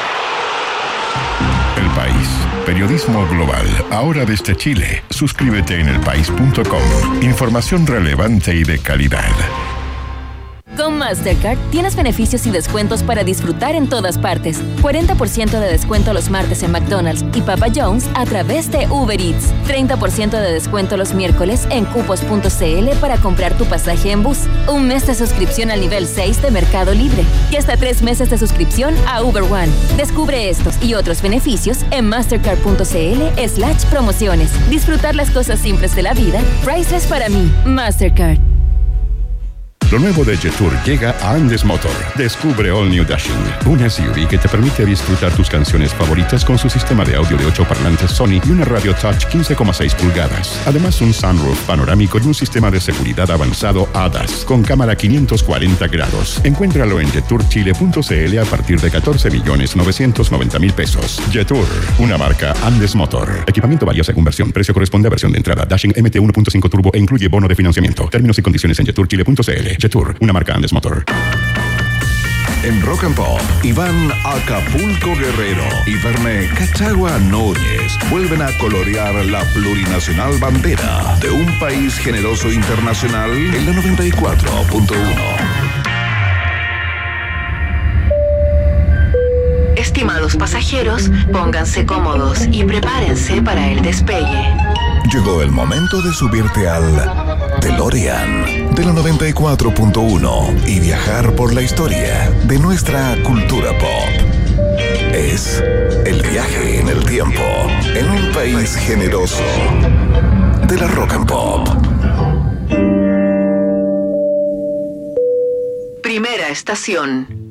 El País. Periodismo global. Ahora desde Chile. Suscríbete en el país punto com. Información relevante y de calidad. Con Mastercard tienes beneficios y descuentos para disfrutar en todas partes. cuarenta por ciento de descuento los martes en McDonald's y Papa John's a través de Uber Eats. treinta por ciento de descuento los miércoles en cupos punto c l para comprar tu pasaje en bus. Un mes de suscripción al nivel seis de Mercado Libre. Y hasta tres meses de suscripción a Uber One. Descubre estos y otros beneficios en mastercard punto c l slash promociones. Disfrutar las cosas simples de la vida. Priceless para mí. Mastercard. Lo nuevo de Jetour llega a Andes Motor. Descubre All New Dashing, una S U V que te permite disfrutar tus canciones favoritas con su sistema de audio de ocho parlantes Sony y una radio touch quince coma seis pulgadas. Además, un sunroof panorámico y un sistema de seguridad avanzado A D A S con cámara quinientos cuarenta grados. Encuéntralo en jetour chile punto c l a partir de catorce millones novecientos noventa mil pesos. Jetour, una marca Andes Motor. Equipamiento varía según versión. Precio corresponde a versión de entrada Dashing M T uno punto cinco Turbo e incluye bono de financiamiento. Términos y condiciones en jetour chile punto c l. Jetour, una marca Andes Motor. En Rock and Pop, Iván Acapulco Guerrero y Verne Cachagua Núñez vuelven a colorear la plurinacional bandera de un país generoso internacional en la noventa y cuatro punto uno. Estimados pasajeros, pónganse cómodos y prepárense para el despegue. Llegó el momento de subirte al DeLorean de la noventa y cuatro punto uno y viajar por la historia de nuestra cultura pop. Es el viaje en el tiempo en un país generoso de la Rock and Pop. Primera estación.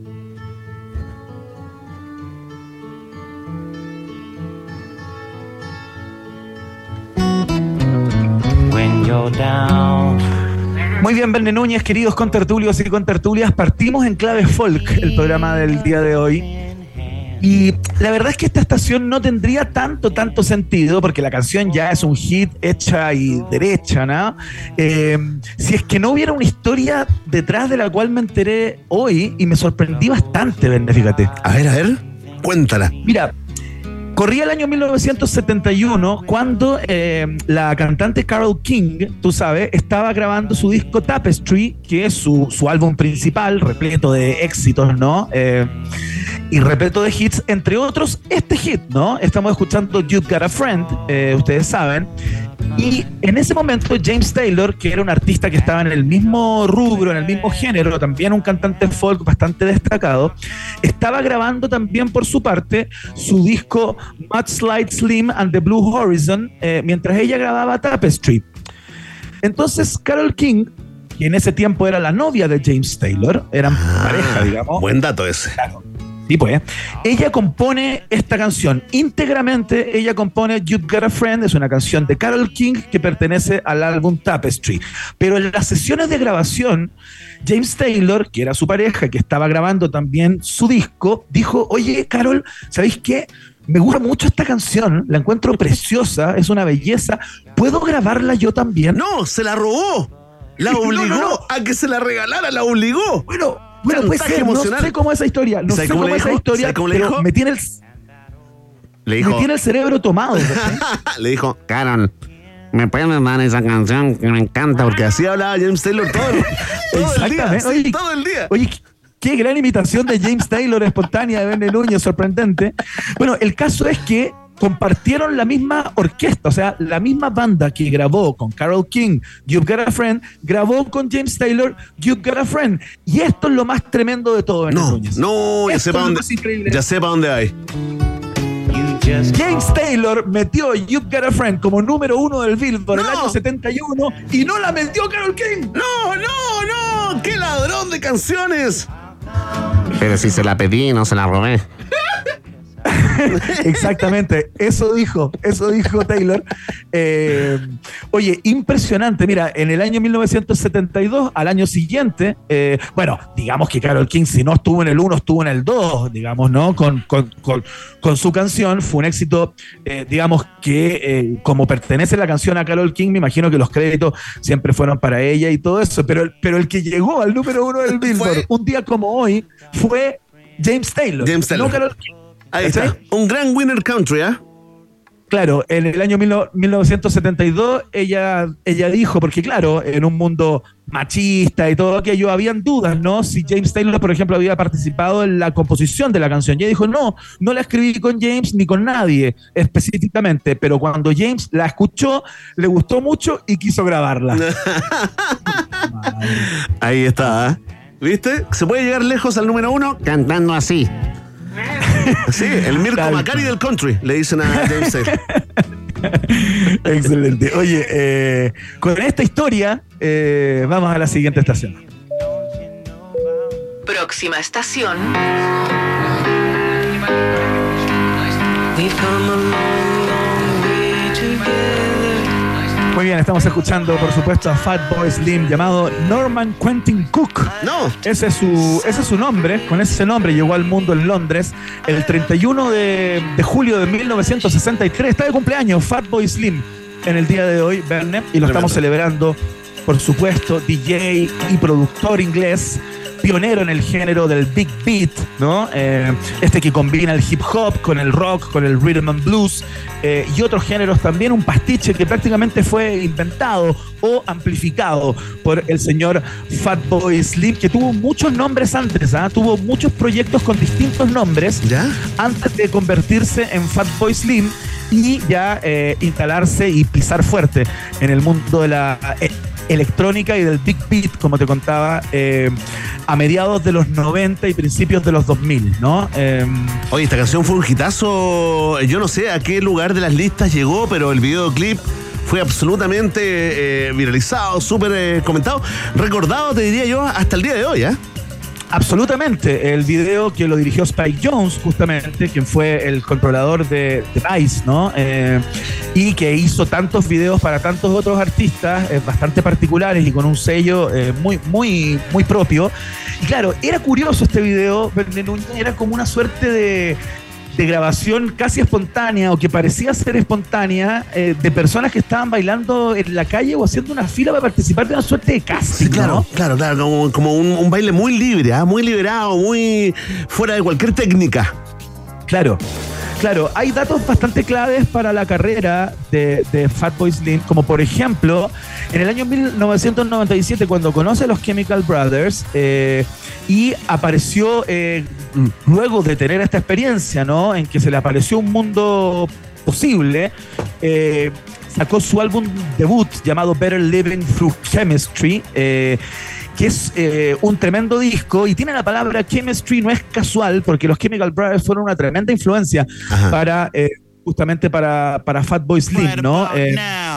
Muy bien, Verne Núñez, queridos contertulios y contertulias, partimos en clave folk el programa del día de hoy. Y la verdad es que esta estación no tendría tanto, tanto sentido, porque la canción ya es un hit hecha y derecha, ¿no? Eh, si es que no hubiera una historia detrás de la cual me enteré hoy y me sorprendí bastante, Verne, fíjate. A ver, a ver, cuéntala. Mira, corría el año mil novecientos setenta y uno cuando eh, la cantante Carole King, tú sabes, estaba grabando su disco Tapestry, que es su, su álbum principal, repleto de éxitos, ¿no? Eh, y repleto de hits, entre otros este hit, ¿no? Estamos escuchando You've Got a Friend, eh, ustedes saben. Y en ese momento James Taylor, que era un artista que estaba en el mismo rubro, en el mismo género, también un cantante folk bastante destacado, estaba grabando también por su parte su disco Mudslide Slim and the Blue Horizon, eh, mientras ella grababa Tapestry. Entonces Carole King, que en ese tiempo era la novia de James Taylor, eran ah, pareja, digamos. Buen dato ese. Claro. Sí, pues. Ella compone esta canción íntegramente. Ella compone You've Got a Friend, es una canción de Carole King que pertenece al álbum Tapestry. Pero en las sesiones de grabación, James Taylor, que era su pareja, que estaba grabando también su disco, dijo: oye, Carole, ¿sabéis qué? Me gusta mucho esta canción, la encuentro preciosa, es una belleza. ¿Puedo grabarla yo también? No, se la robó. La obligó no, no, no. a que se la regalara, la obligó. Bueno, Bueno, puede ser, no sé cómo es esa historia, no sé cómo, cómo es esa historia, cómo pero me tiene el le dijo, me tiene el cerebro tomado. Le dijo, Carole, ¿me puedes dar esa canción que me encanta? Porque así hablaba James Taylor todo, todo el día, sí, oye, todo el día. Oye, qué gran imitación de James Taylor, espontánea, de Verne Núñez, sorprendente. Bueno, el caso es que compartieron la misma orquesta, o sea, la misma banda que grabó con Carole King You've Got a Friend, grabó con James Taylor You've Got a Friend. Y esto es lo más tremendo de todo, Verne No, Núñez. no, ya sé para dónde, ya sé para dónde hay. James Taylor metió You've Got a Friend como número uno del Billboard en no. el año setenta y uno y no la metió Carole King. No, no, no, qué ladrón de canciones. Pero si se la pedí, no se la robé. Exactamente, eso dijo, eso dijo Taylor. Eh, oye, impresionante. Mira, en el año mil novecientos setenta y dos, al año siguiente, eh, bueno, digamos que Carole King, si no estuvo en el uno, estuvo en el dos, digamos, ¿no? Con, con, con, con su canción, fue un éxito, eh, digamos que eh, como pertenece la canción a Carole King, me imagino que los créditos siempre fueron para ella y todo eso, pero, pero el que llegó al número uno del Billboard, un día como hoy, fue James Taylor. James Taylor. No Carole King. Ahí está, ¿sí? Un gran winner country, ¿ah? ¿eh? Claro, en el año mil novecientos setenta y dos ella, ella dijo, porque claro, en un mundo machista y todo aquello, habían dudas, ¿no? Si James Taylor, por ejemplo, había participado en la composición de la canción. Y ella dijo, no, no la escribí con James ni con nadie específicamente, pero cuando James la escuchó, le gustó mucho y quiso grabarla. Ahí está, ¿eh? ¿Viste? Se puede llegar lejos al número uno cantando así. Sí, el Mirko Macari del country, le dicen a James Taylor. Excelente. Oye, eh, con esta historia, eh, vamos a la siguiente estación. Próxima estación. Muy bien, estamos escuchando, por supuesto, a Fatboy Slim, llamado Norman Quentin Cook. No. Ese es su, ese es su nombre. Con ese nombre llegó al mundo en Londres el treinta y uno de, de julio de mil novecientos sesenta y tres. Está de cumpleaños Fatboy Slim en el día de hoy, Verne, y lo estamos celebrando, por supuesto, D J y productor inglés, pionero en el género del Big Beat, ¿no? Eh, este que combina el hip hop con el rock, con el rhythm and blues eh, y otros géneros también, un pastiche que prácticamente fue inventado o amplificado por el señor Fatboy Slim, que tuvo muchos nombres antes, ¿ah? Tuvo muchos proyectos con distintos nombres, ¿ya?, antes de convertirse en Fatboy Slim y ya eh, instalarse y pisar fuerte en el mundo de la eh, electrónica y del Big Beat, como te contaba, eh, a mediados de los noventa y principios de los dos mil, ¿no? Eh, Oye, esta canción fue un hitazo. Yo no sé a qué lugar de las listas llegó, pero el videoclip fue absolutamente eh, viralizado, súper eh, comentado, recordado, te diría yo, hasta el día de hoy, ¿eh? Absolutamente. El video que lo dirigió Spike Jonze, justamente, quien fue el controlador de, de Vice, ¿no? Eh, y que hizo tantos videos para tantos otros artistas eh, bastante particulares y con un sello eh, muy, muy, muy propio. Y claro, era curioso este video, era como una suerte de... de grabación casi espontánea o que parecía ser espontánea eh, de personas que estaban bailando en la calle o haciendo una fila para participar de una suerte de casting, sí, claro, ¿no? Claro, claro, como, como un, un baile muy libre, ¿eh? Muy liberado, muy fuera de cualquier técnica. Claro, claro, hay datos bastante claves para la carrera de, de Fatboy Slim, como por ejemplo, en el año mil novecientos noventa y siete, cuando conoce a los Chemical Brothers eh, y apareció, eh, luego de tener esta experiencia, ¿no?, en que se le apareció un mundo posible, eh, sacó su álbum debut llamado Better Living Through Chemistry, eh, que es eh, un tremendo disco, y tiene la palabra chemistry, no es casual, porque los Chemical Brothers fueron una tremenda influencia Ajá. para eh, justamente para, para Fatboy Slim, ¿no? Eh,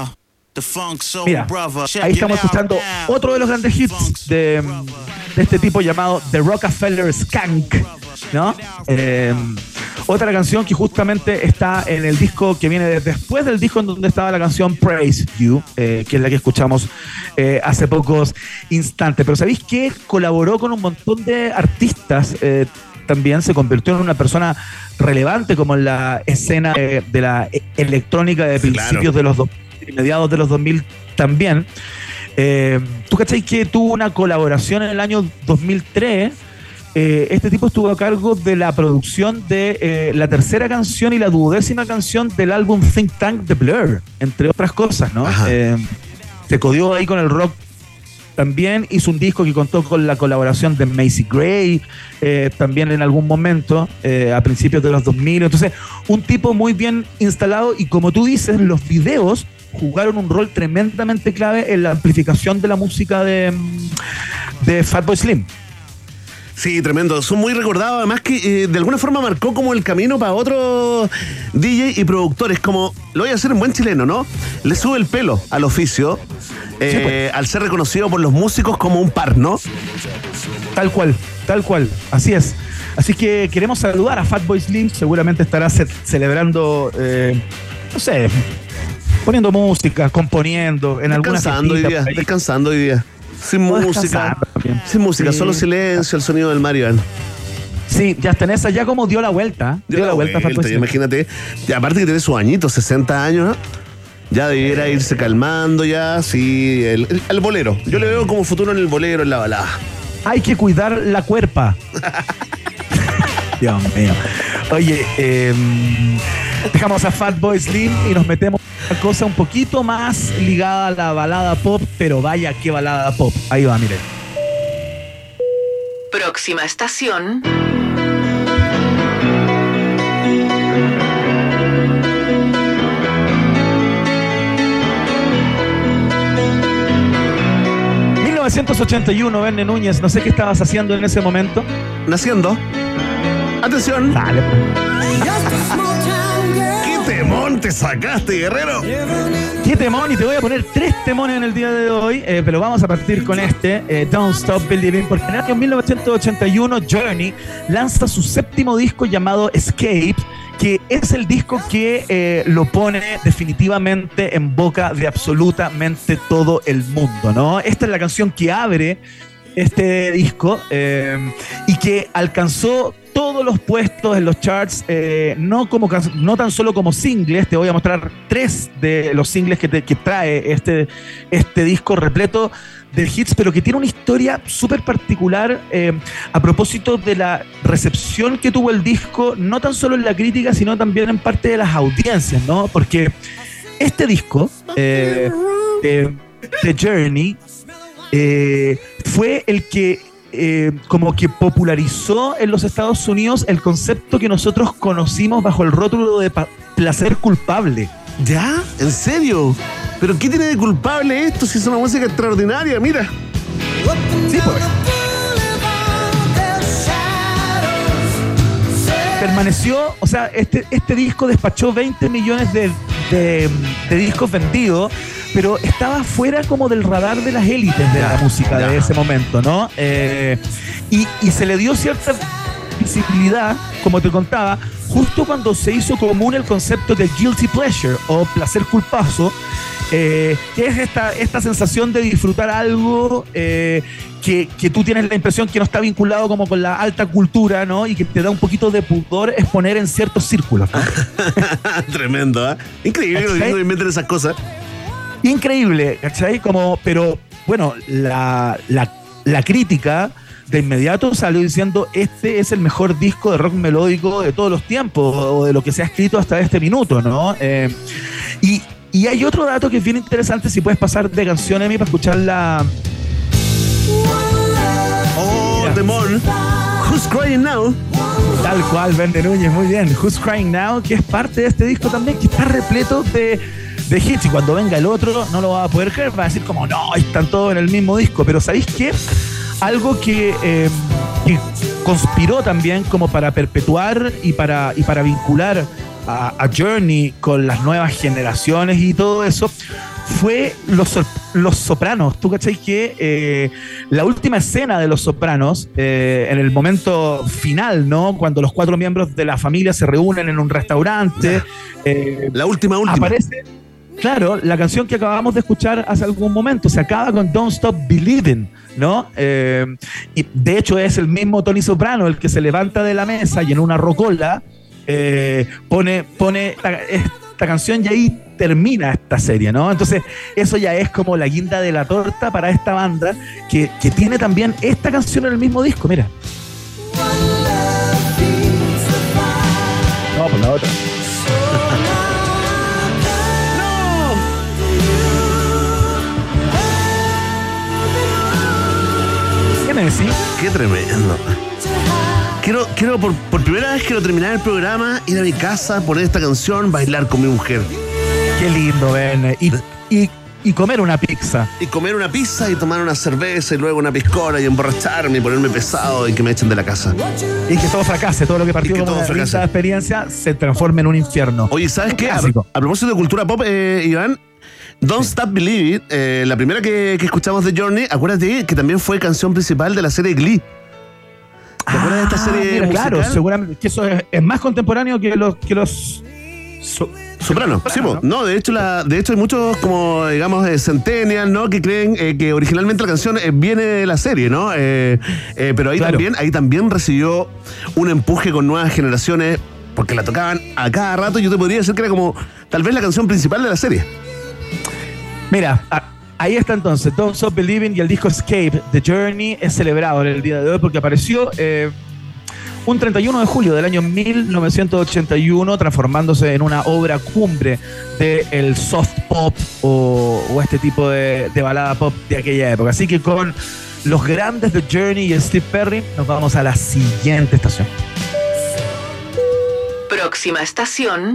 mira, ahí estamos escuchando otro de los grandes hits de, de este tipo llamado The Rockefeller Skank, ¿no? Eh, otra canción que justamente está en el disco que viene después del disco en donde estaba la canción Praise You, eh, que es la que escuchamos eh, hace pocos instantes. Pero ¿sabéis qué? Colaboró con un montón de artistas, eh, también se convirtió en una persona relevante como en la escena eh, de la electrónica de principios claro. de los dos mil, mediados de los dos mil también. Eh, ¿Tú cachai que tuvo una colaboración en el año dos mil tres? Eh, este tipo estuvo a cargo de la producción de eh, la tercera canción y la duodécima canción del álbum Think Tank de Blur, entre otras cosas, ¿no? Eh, se codió ahí con el rock también, hizo un disco que contó con la colaboración de Macy Gray, eh, también en algún momento, eh, a principios de los dos mil. Entonces, un tipo muy bien instalado y, como tú dices, los videos jugaron un rol tremendamente clave en la amplificación de la música de, de Fatboy Slim. Sí, tremendo. Son muy recordados, además que eh, de alguna forma marcó como el camino para otros D J y productores, como lo voy a hacer en buen chileno, ¿no? Le sube el pelo al oficio, eh, sí, pues. al ser reconocido por los músicos como un par, ¿no? Tal cual, tal cual, así es. Así que queremos saludar a Fatboy Slim, seguramente estará ce- celebrando, eh, no sé, poniendo música, componiendo, en alguna Descansando hoy día, descansando hoy día. Sin no música, sin música, sí. Solo silencio, el sonido del Marian. Sí, ya está en esa, ya como dio la vuelta. Dio, dio la, la vuelta, vuelta imagínate. Y aparte que tiene sus añitos, sesenta años, ¿no? Ya debiera irse calmando ya, sí, el, el, el bolero. Yo le veo como futuro en el bolero, en la balada. Hay que cuidar la cuerpa. Dios mío. Oye, eh, dejamos a Fatboy Slim y nos metemos en una cosa un poquito más ligada a la balada pop, pero vaya qué balada pop. Ahí va, miren. Próxima estación. mil novecientos ochenta y uno, Verne Núñez, no sé qué estabas haciendo en ese momento. Naciendo. Atención. Dale, pues. ¡Qué temón! temón te sacaste, guerrero? ¿Qué temón? Y te voy a poner tres temones en el día de hoy, eh, pero vamos a partir con este, eh, Don't Stop Believing, porque en el año mil novecientos ochenta y uno Journey lanza su séptimo disco llamado Escape, que es el disco que eh, lo pone definitivamente en boca de absolutamente todo el mundo, ¿no? Esta es la canción que abre este disco eh, y que alcanzó todos los puestos en los charts, eh, no, como, no tan solo como singles. Te voy a mostrar tres de los singles que, te, que trae este, este disco repleto de hits, pero que tiene una historia súper particular eh, a propósito de la recepción que tuvo el disco, no tan solo en la crítica, sino también en parte de las audiencias, ¿no? Porque este disco eh, de, de Journey eh, fue el que eh, como que popularizó en los Estados Unidos el concepto que nosotros conocimos bajo el rótulo de pa- placer culpable. ¿Ya? ¿En serio? ¿Pero qué tiene de culpable esto si es una música extraordinaria? Mira. Sí, pues. Permaneció, o sea, este, este disco despachó veinte millones de, de, de discos vendidos, pero estaba fuera como del radar de las élites de la música de ese momento, ¿no? Eh, y, y se le dio cierta visibilidad, como te contaba, justo cuando se hizo común el concepto de guilty pleasure o placer culposo, eh, que es esta, esta sensación de disfrutar algo eh, que, que tú tienes la impresión que no está vinculado como con la alta cultura, ¿no? Y que te da un poquito de pudor exponer en ciertos círculos, ¿no? Tremendo, ¿eh? Increíble que los gringos inventen esas cosas. Increíble, ¿cachai? Como, pero bueno, la, la, la crítica de inmediato salió diciendo: este es el mejor disco de rock melódico de todos los tiempos, o de lo que se ha escrito hasta este minuto, ¿no? Eh, y, y hay otro dato que es bien interesante, si puedes pasar de canción, Emi, para escuchar la... Oh, temón. Who's Crying Now? Tal cual, Verne Núñez, muy bien. Who's Crying Now, que es parte de este disco también, que está repleto de... de hits, y cuando venga el otro no lo va a poder creer, va a decir como, no, están todos en el mismo disco. Pero ¿sabéis qué? Algo que, eh, que conspiró también como para perpetuar y para, y para vincular a, a Journey con las nuevas generaciones y todo eso, fue Los, los Sopranos. ¿Tú cachai que eh, la última escena de Los Sopranos, eh, en el momento final, ¿no? Cuando los cuatro miembros de la familia se reúnen en un restaurante, eh, la última, última. Aparece... Claro, la canción que acabamos de escuchar hace algún momento se acaba con Don't Stop Believing, ¿no? Eh, y de hecho es el mismo Tony Soprano el que se levanta de la mesa y en una rocola eh, pone, pone esta, esta canción, y ahí termina esta serie, ¿no? Entonces eso ya es como la guinda de la torta para esta banda que, que tiene también esta canción en el mismo disco, mira. No, por la otra. ¿Sí? Qué tremendo. Quiero, quiero por, por primera vez quiero terminar el programa, ir a mi casa, poner esta canción, bailar con mi mujer. Qué lindo, Ben. Y, y, y comer una pizza. Y comer una pizza y tomar una cerveza y luego una piscola y emborracharme y ponerme pesado y que me echen de la casa. Y que todo fracase, todo lo que partió que como una linda experiencia se transforme en un infierno. Oye, ¿sabes qué? A, a propósito de cultura pop, eh, Iván, Don't sí. Stop Believing, eh, la primera que, que escuchamos de Journey, acuérdate que también fue canción principal de la serie Glee. ¿Te ah, acuerdas de esta serie mira, musical? Claro, seguramente que eso es, es más contemporáneo que los que los so, Soprano. Sí, ¿no? no, de hecho la, de hecho hay muchos como digamos eh, centennials, ¿no? Que creen eh, que originalmente la canción eh, viene de la serie, ¿no? Eh, eh, pero ahí claro. también, ahí también recibió un empuje con nuevas generaciones porque la tocaban a cada rato. Yo te podría decir que era como tal vez la canción principal de la serie. Mira, ahí está entonces, Don't Stop Believing, y el disco Escape, The Journey, es celebrado en el día de hoy porque apareció eh, un treinta y uno de julio del año mil novecientos ochenta y uno, transformándose en una obra cumbre del soft pop o, o este tipo de, de balada pop de aquella época. Así que con los grandes de Journey y Steve Perry nos vamos a la siguiente estación. Próxima estación.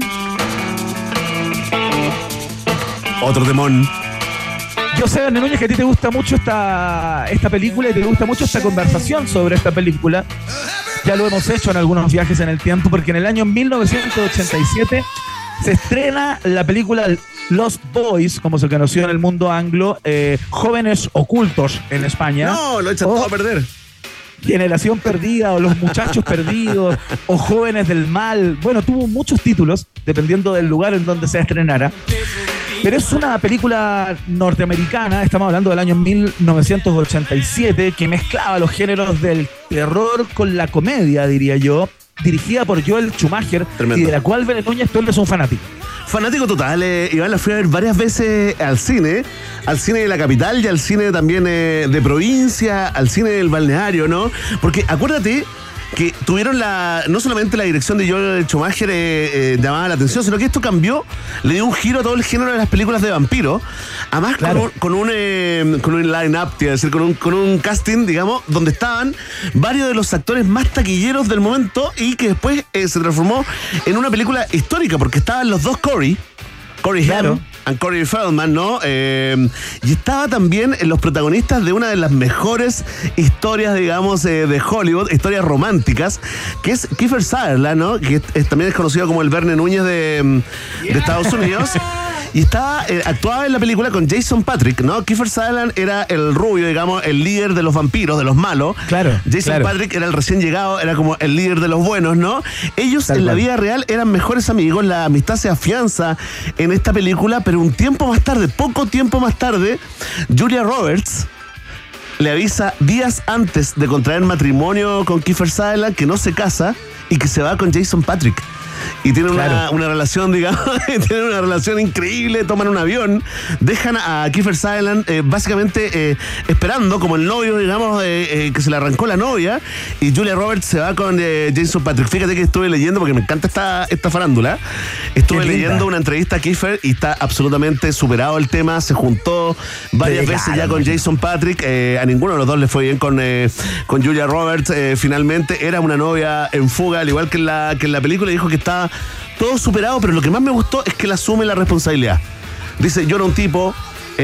Otro temón. Yo sé, Verne Núñez, que a ti te gusta mucho esta, esta película y te gusta mucho esta conversación sobre esta película. Ya lo hemos hecho en algunos viajes en el tiempo, porque en el año mil novecientos ochenta y siete Se estrena la película Lost Boys, como se conoció en el mundo anglo, eh, Jóvenes Ocultos en España. No, lo echan o todo a perder. Generación Perdida, o Los Muchachos Perdidos, o Jóvenes del Mal. Bueno, tuvo muchos títulos, dependiendo del lugar en donde se estrenara. Pero es una película norteamericana, estamos hablando del año mil novecientos ochenta y siete, que mezclaba los géneros del terror con la comedia, diría yo, dirigida por Joel Schumacher. Tremendo. Y de la cual Belén Núñez, tú eres un fanático. Fanático total, eh, Iván, la fui a ver varias veces al cine, al cine de la capital y al cine también eh, de provincia, al cine del balneario, ¿no? Porque acuérdate que tuvieron la no solamente la dirección de Joel Schumacher eh, eh, llamaba la atención, sino que esto cambió, le dio un giro a todo el género de las películas de vampiros, además claro. con un, con un, eh, con un line-up, es decir, con un, con un casting, digamos, donde estaban varios de los actores más taquilleros del momento y que después eh, se transformó en una película histórica, porque estaban los dos Corey, Corey claro. Haim and Corey Feldman, ¿no? Eh, y estaba también en los protagonistas de una de las mejores historias, digamos, eh, de Hollywood, historias románticas, que es Kiefer Sutherland, ¿no? Que es, es, también es conocido como el Verne Núñez de, de Estados Unidos. Y estaba, eh, actuaba en la película con Jason Patrick, ¿no? Kiefer Sutherland era el rubio, digamos, el líder de los vampiros, de los malos. Claro. Jason claro. Patrick era el recién llegado, era como el líder de los buenos, ¿no? Ellos Tal en cual. La vida real eran mejores amigos, la amistad se afianza en esta película, pero un tiempo más tarde, poco tiempo más tarde, Julia Roberts le avisa días antes de contraer matrimonio con Kiefer Sutherland que no se casa y que se va con Jason Patrick. Y tienen claro. una, una relación, digamos, tienen una relación increíble, toman un avión, dejan a Kiefer Sutherland eh, básicamente eh, esperando como el novio, digamos, eh, eh, que se le arrancó la novia, y Julia Roberts se va con eh, Jason Patrick. Fíjate que estuve leyendo, porque me encanta esta, esta farándula, estuve leyendo una entrevista a Kiefer y está absolutamente superado el tema, se juntó varias veces claro, ya con Jason Patrick, eh, a ninguno de los dos le fue bien con, eh, con Julia Roberts, eh, finalmente era una novia en fuga, al igual que en la, que en la película, dijo que está todo superado, pero lo que más me gustó es que él asume la responsabilidad. Dice, yo era un tipo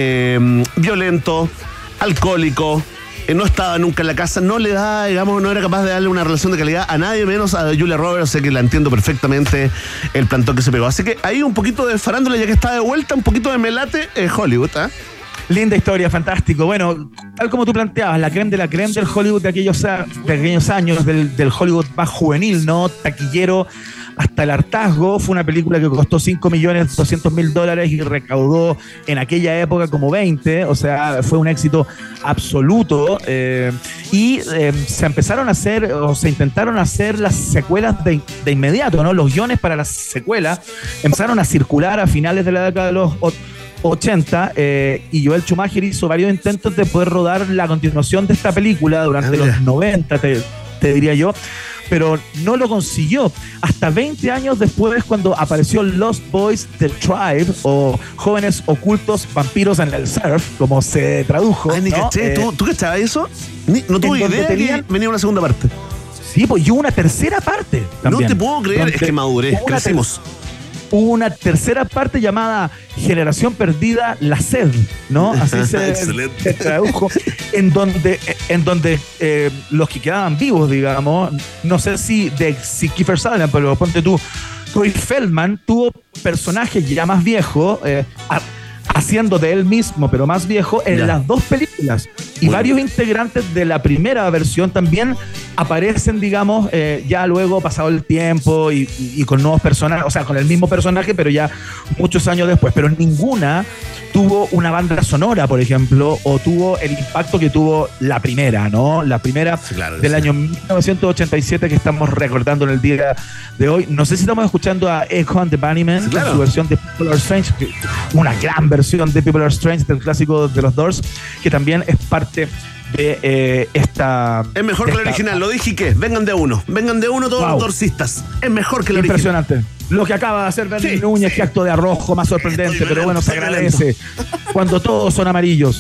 eh, violento, alcohólico, eh, no estaba nunca en la casa, no le da, digamos, no era capaz de darle una relación de calidad a nadie, menos a Julia Roberts, sé que la entiendo perfectamente el plantón que se pegó. Así que hay un poquito de farándula, ya que está de vuelta, un poquito de melate eh, Hollywood, ¿eh? Linda historia, fantástico. Bueno, tal como tú planteabas, la creme de la creme del Hollywood de aquellos, de aquellos años, del, del Hollywood más juvenil, ¿no? Taquillero hasta el hartazgo. Fue una película que costó cinco millones doscientos mil dólares y recaudó en aquella época como veinte, o sea, fue un éxito absoluto. Eh, y eh, se empezaron a hacer, o se intentaron hacer las secuelas de, de inmediato, ¿no? Los guiones para las secuelas empezaron a circular a finales de la década de los ochenta, eh, y Joel Schumacher hizo varios intentos de poder rodar la continuación de esta película durante ah, los noventa, te, te diría yo, pero no lo consiguió. Hasta veinte años después, cuando apareció Lost Boys The Tribe, o Jóvenes Ocultos Vampiros en el Surf, como se tradujo. Ay, ni ¿no? caché, eh, ¿tú, ¿tú cachabas eso? Ni, no tuve idea tenían... que venía una segunda parte. Sí, pues, y hubo una tercera parte también. No te puedo creer, donde es que maduré, crecimos. Hubo una tercera parte llamada Generación Perdida, La Sed, ¿no? Así se, se tradujo, en donde, en donde eh, los que quedaban vivos, digamos, no sé si de si Kiefer Sutherland, pero ponte tú, Corey Feldman tuvo personajes ya más viejos, eh, a, haciendo de él mismo, pero más viejo, en ya. las dos películas. Y bueno, varios integrantes de la primera versión también aparecen, digamos, eh, ya luego pasado el tiempo y, y, y con nuevos personajes, o sea, con el mismo personaje, pero ya muchos años después. Pero ninguna tuvo una banda sonora, por ejemplo, o tuvo el impacto que tuvo la primera, ¿no? La primera sí, claro, del sí. año mil novecientos ochenta y siete que estamos recordando en el día de hoy. No sé si estamos escuchando a Echo and the Bunnymen, sí, claro. su versión de People Are Strange, una gran versión de People Are Strange, del clásico de los Doors, que también es parte de eh, esta... Es mejor que la original, lo dije que vengan de uno, vengan de uno todos wow. los dorsistas. Es mejor que la original. Impresionante. Lo que acaba de hacer Bernie sí, Núñez, sí. qué acto de arrojo más sorprendente, pero bueno, se agradece cuando todos son amarillos.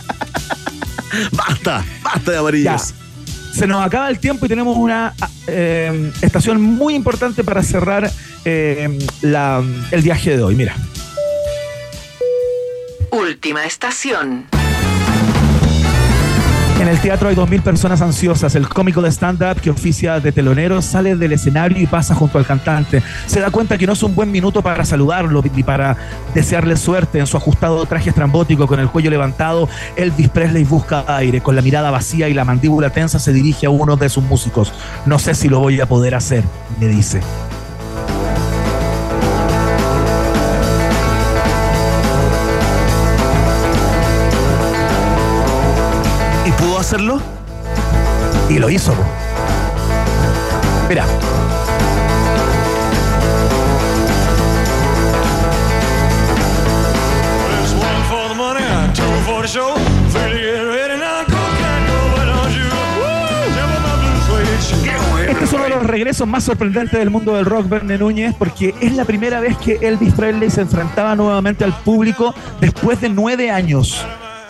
Basta, basta de amarillos. Ya. Se nos acaba el tiempo y tenemos una eh, estación muy importante para cerrar eh, la, el viaje de hoy. Mira. Última estación. En el teatro hay dos mil personas ansiosas. El cómico de stand-up que oficia de telonero sale del escenario y pasa junto al cantante. Se da cuenta que no es un buen minuto para saludarlo ni para desearle suerte. En su ajustado traje estrambótico con el cuello levantado, Elvis Presley busca aire. Con la mirada vacía y la mandíbula tensa se dirige a uno de sus músicos. No sé si lo voy a poder hacer, le dice. ¿Y pudo hacerlo? Y lo hizo. Mira. Este es uno de los regresos más sorprendentes del mundo del rock, Verne Núñez, porque es la primera vez que Elvis Presley se enfrentaba nuevamente al público después de nueve años.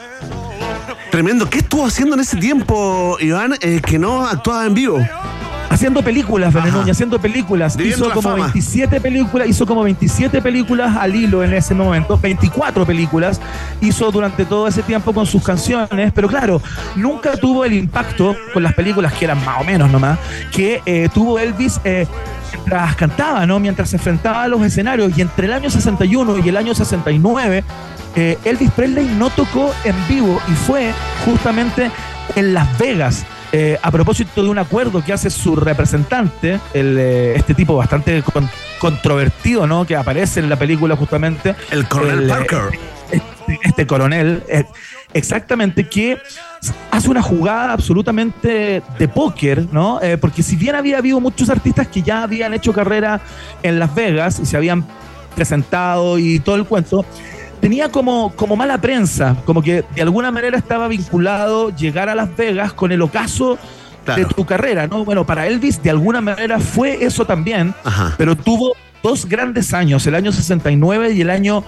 Tremendo. ¿Qué estuvo haciendo en ese tiempo, Iván, eh, que no actuaba en vivo? Haciendo películas, Verne Núñez, haciendo películas. Viviendo hizo como fama. veintisiete películas, hizo como veintisiete películas al hilo en ese momento, veinticuatro películas hizo durante todo ese tiempo con sus canciones, pero claro, nunca tuvo el impacto con las películas, que eran más o menos nomás, que eh, tuvo Elvis eh, mientras cantaba, ¿no? Mientras se enfrentaba a los escenarios. Y entre el año sesenta y uno y el año sesenta y nueve, eh, Elvis Presley no tocó en vivo y fue justamente en Las Vegas. Eh, a propósito de un acuerdo que hace su representante, el, eh, este tipo bastante con, controvertido, ¿no? Que aparece en la película justamente. El coronel el, Parker. Este, este coronel, eh, exactamente, que hace una jugada absolutamente de póker, ¿no? Eh, porque si bien había habido muchos artistas que ya habían hecho carrera en Las Vegas y se habían presentado y todo el cuento, tenía como, como mala prensa, como que de alguna manera estaba vinculado llegar a Las Vegas con el ocaso claro. de tu carrera, ¿no? Bueno, para Elvis de alguna manera fue eso también, Ajá. pero tuvo dos grandes años, el año sesenta y nueve y el año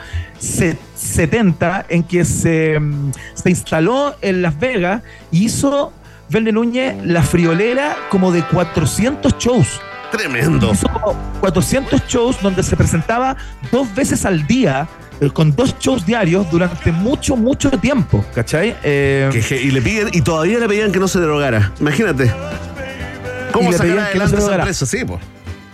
setenta, en que se, se instaló en Las Vegas y hizo, Verne Núñez, la friolera como de cuatrocientos shows. Tremendo. Hizo como cuatrocientos shows donde se presentaba dos veces al día, con dos shows diarios durante mucho, mucho tiempo, ¿cachai? Eh, que, y le piden, y todavía le pedían que no se drogara. Imagínate. ¿Cómo sacar adelante esa empresa? Sí, pues.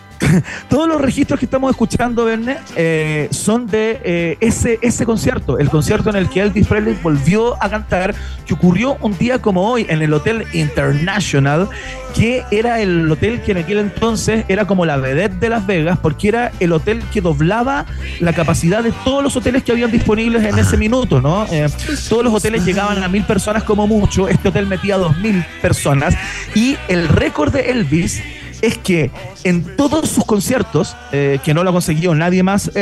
Todos los registros que estamos escuchando, Verne, eh, son de eh, ese, ese concierto, el concierto en el que Elvis Presley volvió a cantar, que ocurrió un día como hoy en el Hotel International, que era el hotel que en aquel entonces era como la vedette de Las Vegas, porque era el hotel que doblaba la capacidad de todos los hoteles que habían disponibles en ese minuto, ¿no? Eh, todos los hoteles llegaban a mil personas como mucho, este hotel metía dos mil personas, y el récord de Elvis es que en todos sus conciertos, eh, que no lo ha conseguido nadie más